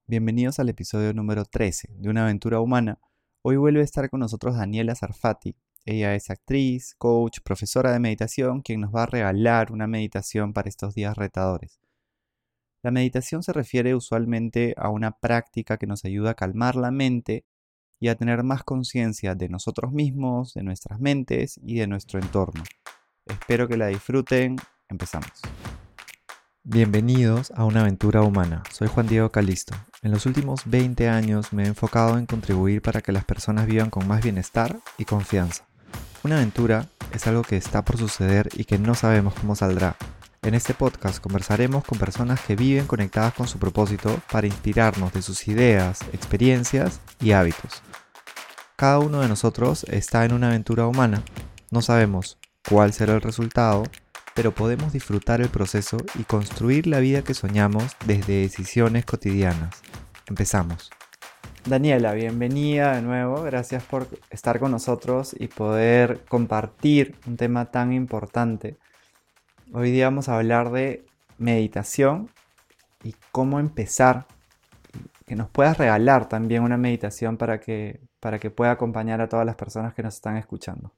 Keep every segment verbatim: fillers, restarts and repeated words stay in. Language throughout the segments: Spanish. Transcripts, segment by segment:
Bienvenidos al episodio número trece de Una aventura humana. Hoy vuelve a estar con nosotros Daniela Sarfati. Ella es actriz, coach, profesora de meditación, quien nos va a regalar una meditación para estos días retadores. La meditación se refiere usualmente a una práctica que nos ayuda a calmar la mente y a tener más conciencia de nosotros mismos, de nuestras mentes y de nuestro entorno. Espero que la disfruten. Empezamos. Bienvenidos a Una aventura humana. Soy Juan Diego Calisto. En los últimos veinte años me he enfocado en contribuir para que las personas vivan con más bienestar y confianza. Una aventura es algo que está por suceder y que no sabemos cómo saldrá. En este podcast conversaremos con personas que viven conectadas con su propósito para inspirarnos de sus ideas, experiencias y hábitos. Cada uno de nosotros está en una aventura humana. No sabemos cuál será el resultado, pero podemos disfrutar el proceso y construir la vida que soñamos desde decisiones cotidianas. Empezamos. Daniela, bienvenida de nuevo. Gracias por estar con nosotros y poder compartir un tema tan importante. Hoy día vamos a hablar de meditación y cómo empezar. Que nos puedas regalar también una meditación para que, para que pueda acompañar a todas las personas que nos están escuchando.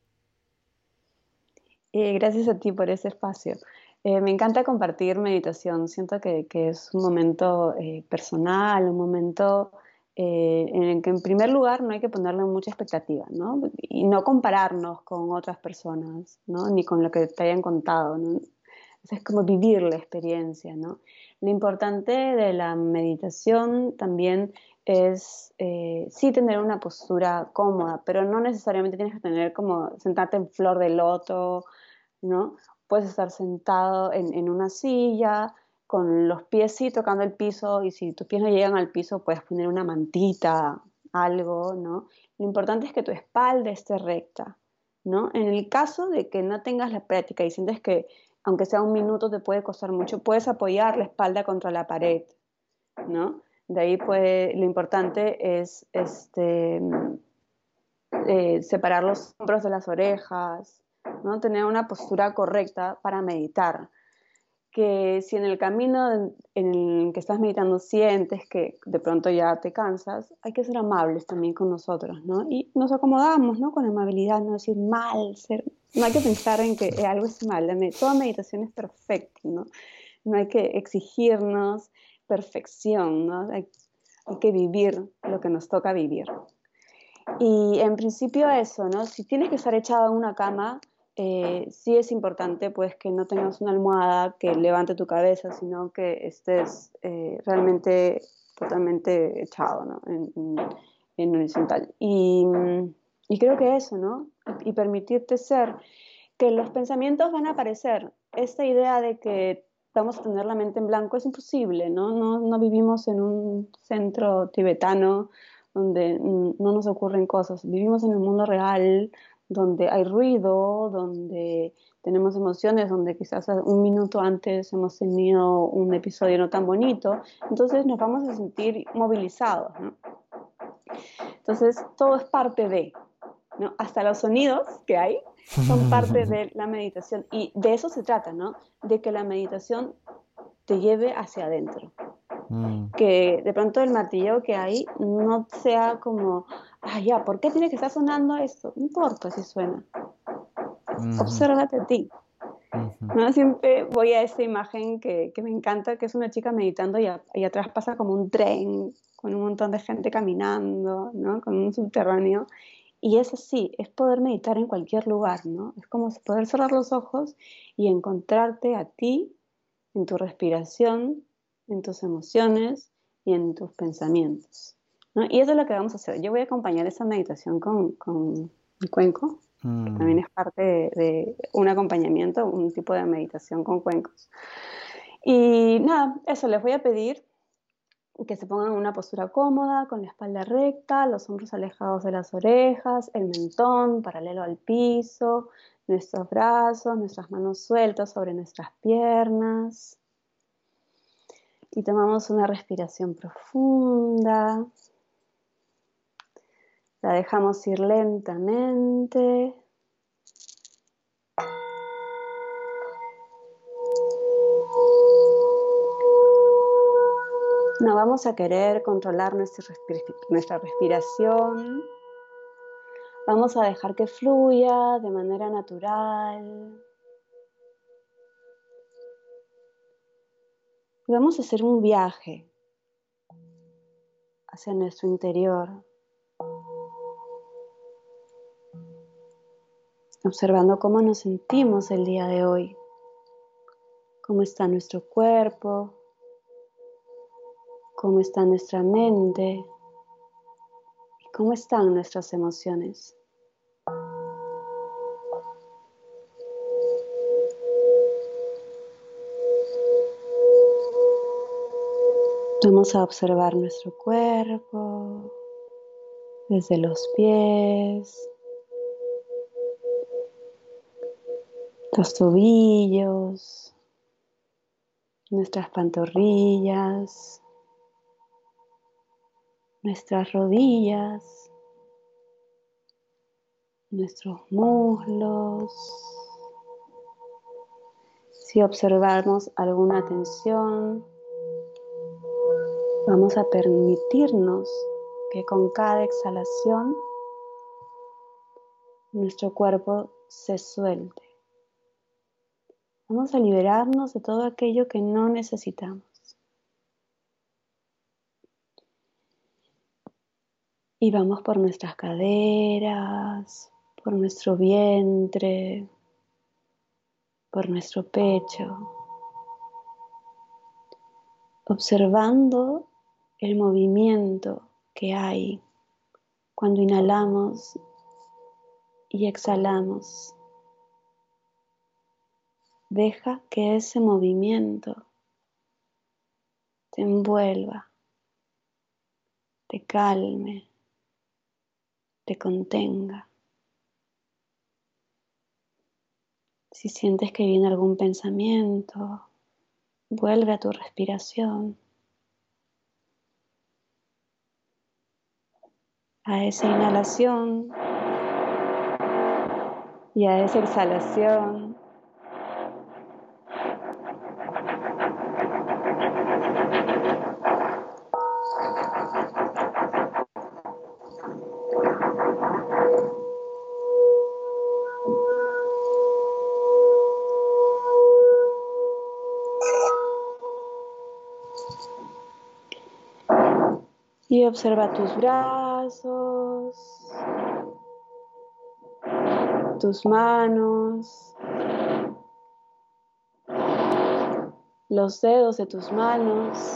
Eh, gracias a ti por ese espacio. Eh, me encanta compartir meditación. Siento que, que es un momento eh, personal, un momento eh, en el que en primer lugar no hay que ponerle mucha expectativa, ¿no? Y no compararnos con otras personas, ¿no? Ni con lo que te hayan contado, ¿no? Es como vivir la experiencia, ¿no? Lo importante de la meditación también es, eh, sí tener una postura cómoda, pero no necesariamente tienes que tener como sentarte en flor de loto, ¿no? Puedes estar sentado en, en una silla, con los pies sí tocando el piso, y si tus pies no llegan al piso, puedes poner una mantita, algo, ¿no? Lo importante es que tu espalda esté recta, ¿no? En el caso de que no tengas la práctica y sientes que, aunque sea un minuto, te puede costar mucho, puedes apoyar la espalda contra la pared, ¿no? De ahí puede, lo importante es este, eh, separar los hombros de las orejas, ¿no? Tener una postura correcta para meditar. Que si en el camino en, en el que estás meditando sientes que de pronto ya te cansas, hay que ser amables también con nosotros, ¿no? Y nos acomodamos, ¿no? Con amabilidad, no decir mal, ser, no hay que pensar en que eh, algo es mal. Toda meditación es perfecta, ¿no? No hay que exigirnos perfección, ¿no? Hay, hay que vivir lo que nos toca vivir. Y en principio eso, ¿no? Si tienes que estar echado en una cama, eh, sí es importante pues que no tengas una almohada que levante tu cabeza, sino que estés eh, realmente totalmente echado, ¿no? En, en, en horizontal. Y, y creo que eso, ¿no? Y permitirte ser, que los pensamientos van a aparecer. Esta idea de que vamos a tener la mente en blanco es imposible, ¿no? No, no vivimos en un centro tibetano donde no nos ocurren cosas. Vivimos en el mundo real, donde hay ruido, donde tenemos emociones, donde quizás un minuto antes hemos tenido un episodio no tan bonito, entonces nos vamos a sentir movilizados, ¿no? Entonces todo es parte de, ¿no? Hasta los sonidos que hay son parte de la meditación y de eso se trata, ¿no? De que la meditación te lleve hacia adentro. Mm. Que de pronto el martillo que hay no sea como, ah, ya, ¿por qué tiene que estar sonando esto? No importa si suena. Uh-huh. Obsérvate a ti. Uh-huh. ¿No? Siempre voy a esta imagen que, que me encanta, que es una chica meditando y, a, y atrás pasa como un tren con un montón de gente caminando, ¿no? Con un subterráneo. Y es así, es poder meditar en cualquier lugar, ¿no? Es como poder cerrar los ojos y encontrarte a ti en tu respiración, en tus emociones y en tus pensamientos, ¿no? Y eso es lo que vamos a hacer. Yo voy a acompañar esa meditación con, con el cuenco, mm. que también es parte de, de un acompañamiento, un tipo de meditación con cuencos. Y nada, eso les voy a pedir que se pongan en una postura cómoda, con la espalda recta, los hombros alejados de las orejas, el mentón paralelo al piso, nuestros brazos, nuestras manos sueltas sobre nuestras piernas. Y tomamos una respiración profunda. La dejamos ir lentamente. No vamos a querer controlar nuestra, respir nuestra respiración. Vamos a dejar que fluya de manera natural. Y vamos a hacer un viaje hacia nuestro interior, observando cómo nos sentimos el día de hoy, cómo está nuestro cuerpo, cómo está nuestra mente y cómo están nuestras emociones. Vamos a observar nuestro cuerpo desde los pies, los tobillos, nuestras pantorrillas, nuestras rodillas, nuestros muslos. Si observamos alguna tensión, vamos a permitirnos que con cada exhalación nuestro cuerpo se suelte. Vamos a liberarnos de todo aquello que no necesitamos. Y vamos por nuestras caderas, por nuestro vientre, por nuestro pecho, observando el movimiento que hay cuando inhalamos y exhalamos. Deja que ese movimiento te envuelva, te calme, te contenga. Si sientes que viene algún pensamiento, vuelve a tu respiración, a esa inhalación y a esa exhalación. Y observa tus brazos, tus manos, los dedos de tus manos.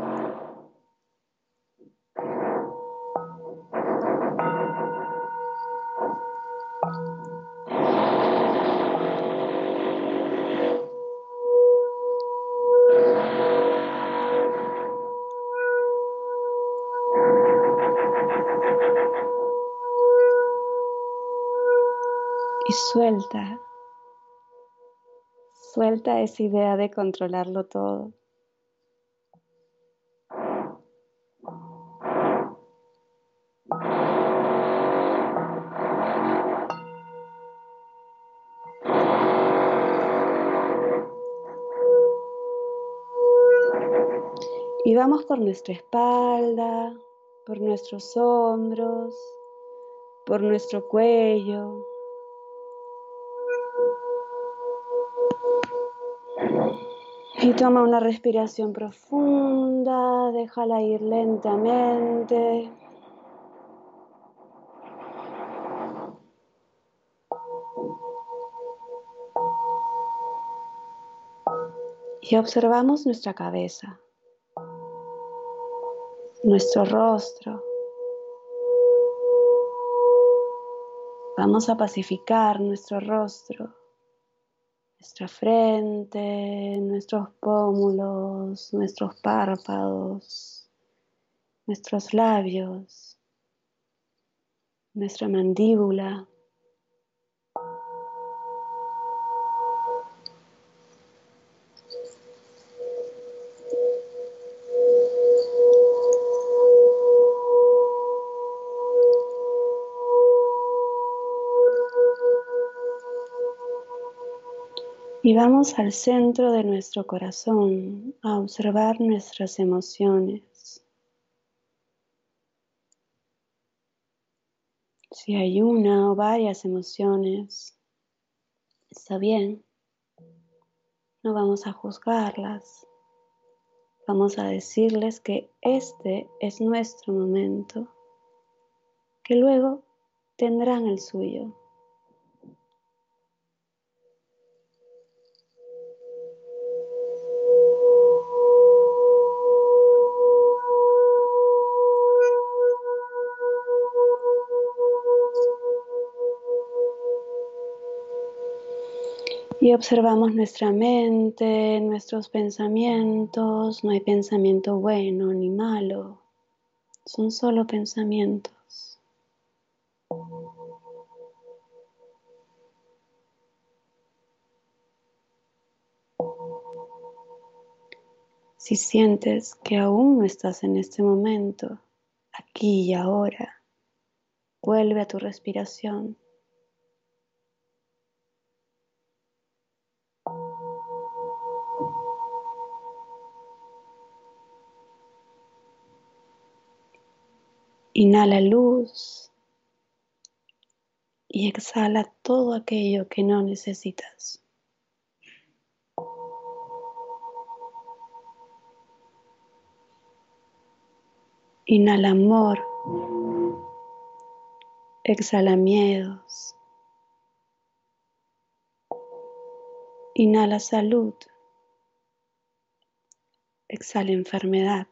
Y suelta, suelta esa idea de controlarlo todo. Y vamos por nuestra espalda, por nuestros hombros, por nuestro cuello. Y toma una respiración profunda, déjala ir lentamente. Y observamos nuestra cabeza, nuestro rostro. Vamos a pacificar nuestro rostro, nuestra frente, nuestros pómulos, nuestros párpados, nuestros labios, nuestra mandíbula. Y vamos al centro de nuestro corazón a observar nuestras emociones. Si hay una o varias emociones, está bien, no vamos a juzgarlas. Vamos a decirles que este es nuestro momento, que luego tendrán el suyo. Y observamos nuestra mente, nuestros pensamientos. No hay pensamiento bueno ni malo, son solo pensamientos. Si sientes que aún no estás en este momento, aquí y ahora, vuelve a tu respiración. Inhala luz y exhala todo aquello que no necesitas. Inhala amor, exhala miedos. Inhala salud, exhala enfermedad.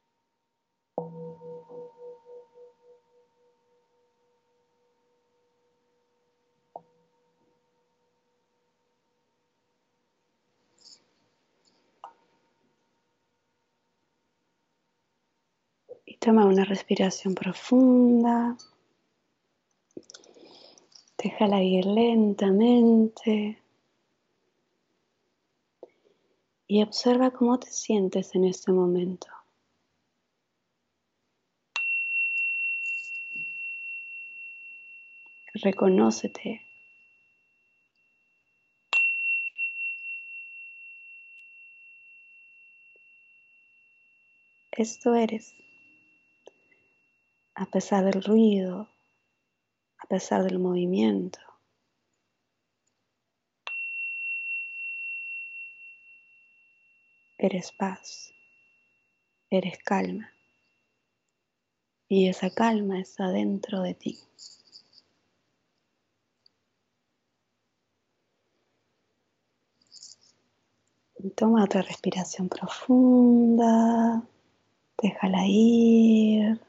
Y toma una respiración profunda. Déjala ir lentamente. Y observa cómo te sientes en este momento. Reconócete. Esto eres. A pesar del ruido, a pesar del movimiento. Eres paz. Eres calma. Y esa calma está dentro de ti. Toma otra respiración profunda. Déjala ir.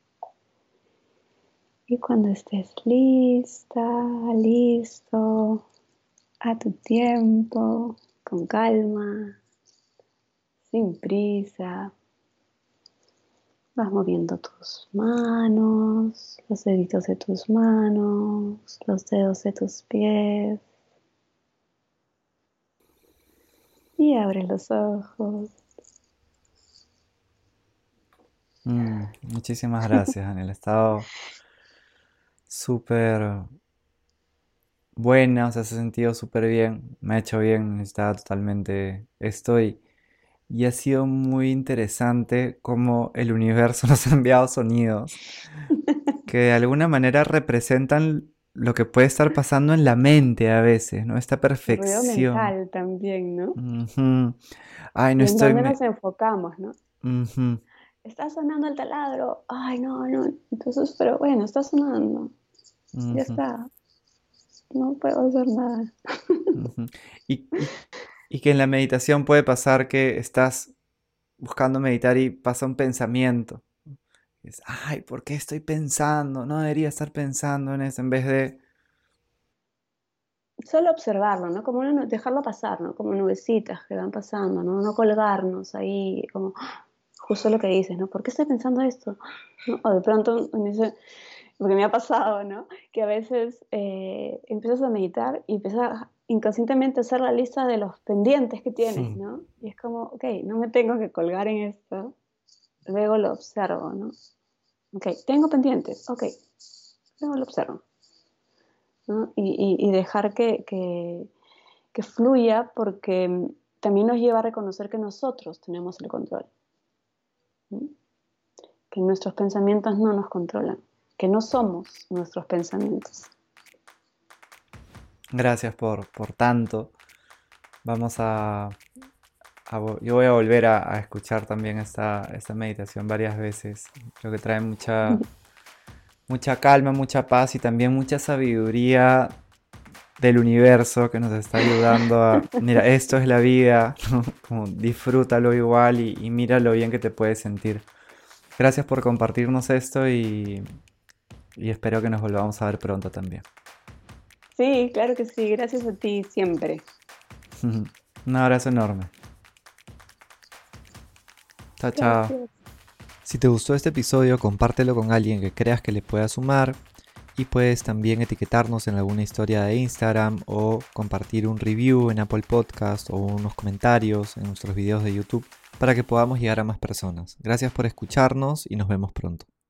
Y cuando estés lista, listo, a tu tiempo, con calma, sin prisa, vas moviendo tus manos, los deditos de tus manos, los dedos de tus pies. Y abres los ojos. Mm, muchísimas gracias, Daniel. Ha estado súper buena, o sea, se ha sentido súper bien. Me ha hecho bien, necesitaba totalmente esto y, y ha sido muy interesante cómo el universo nos ha enviado sonidos que de alguna manera representan lo que puede estar pasando en la mente a veces, ¿no? Esta El ruido perfección. mental también, ¿no? Ujú. Ay, no Y en estoy... dónde Me... nos enfocamos, ¿no? Ujú, Está sonando el taladro. Ay, no, no. Entonces, pero bueno, está sonando. Ya ujú, está. No puedo hacer nada. ujú. Y, y- y que en la meditación puede pasar que estás buscando meditar y pasa un pensamiento. Es, ay, ¿por qué estoy pensando? No debería estar pensando en eso en vez de... Solo observarlo, ¿no? Como una nu- dejarlo pasar, ¿no? Como nubecitas que van pasando, ¿no? No colgarnos ahí, como ¡ah! Justo lo que dices, ¿no? ¿Por qué estoy pensando esto? ¿No? O de pronto, me dice, porque me ha pasado, ¿no? Que a veces eh, empiezas a meditar y empiezas inconscientemente a hacer la lista de los pendientes que tienes, ¿no? Y es como, ok, no me tengo que colgar en esto, luego lo observo, ¿no? Ok, tengo pendientes, ok, luego lo observo, ¿no? Y, y- y dejar que, que, que fluya porque mm, también nos lleva a reconocer que nosotros tenemos el control, ¿no? Que nuestros pensamientos no nos controlan, que no somos nuestros pensamientos. Gracias por, por tanto. Vamos a, a vo- yo voy a volver a, a escuchar también esta, esta meditación varias veces. Creo que trae mucha, mucha calma, mucha paz y también mucha sabiduría del universo que nos está ayudando a, mira, esto es la vida, ¿no? Como disfrútalo igual y, y mira lo bien que te puedes sentir. Gracias por compartirnos esto y, y espero que nos volvamos a ver pronto también. Sí, claro que sí, gracias a ti siempre. Un abrazo enorme. Chao, chao. Gracias. Si te gustó este episodio, compártelo con alguien que creas que le pueda sumar y puedes también etiquetarnos en alguna historia de Instagram o compartir un review en Apple Podcast o unos comentarios en nuestros videos de YouTube para que podamos llegar a más personas. Gracias por escucharnos y nos vemos pronto.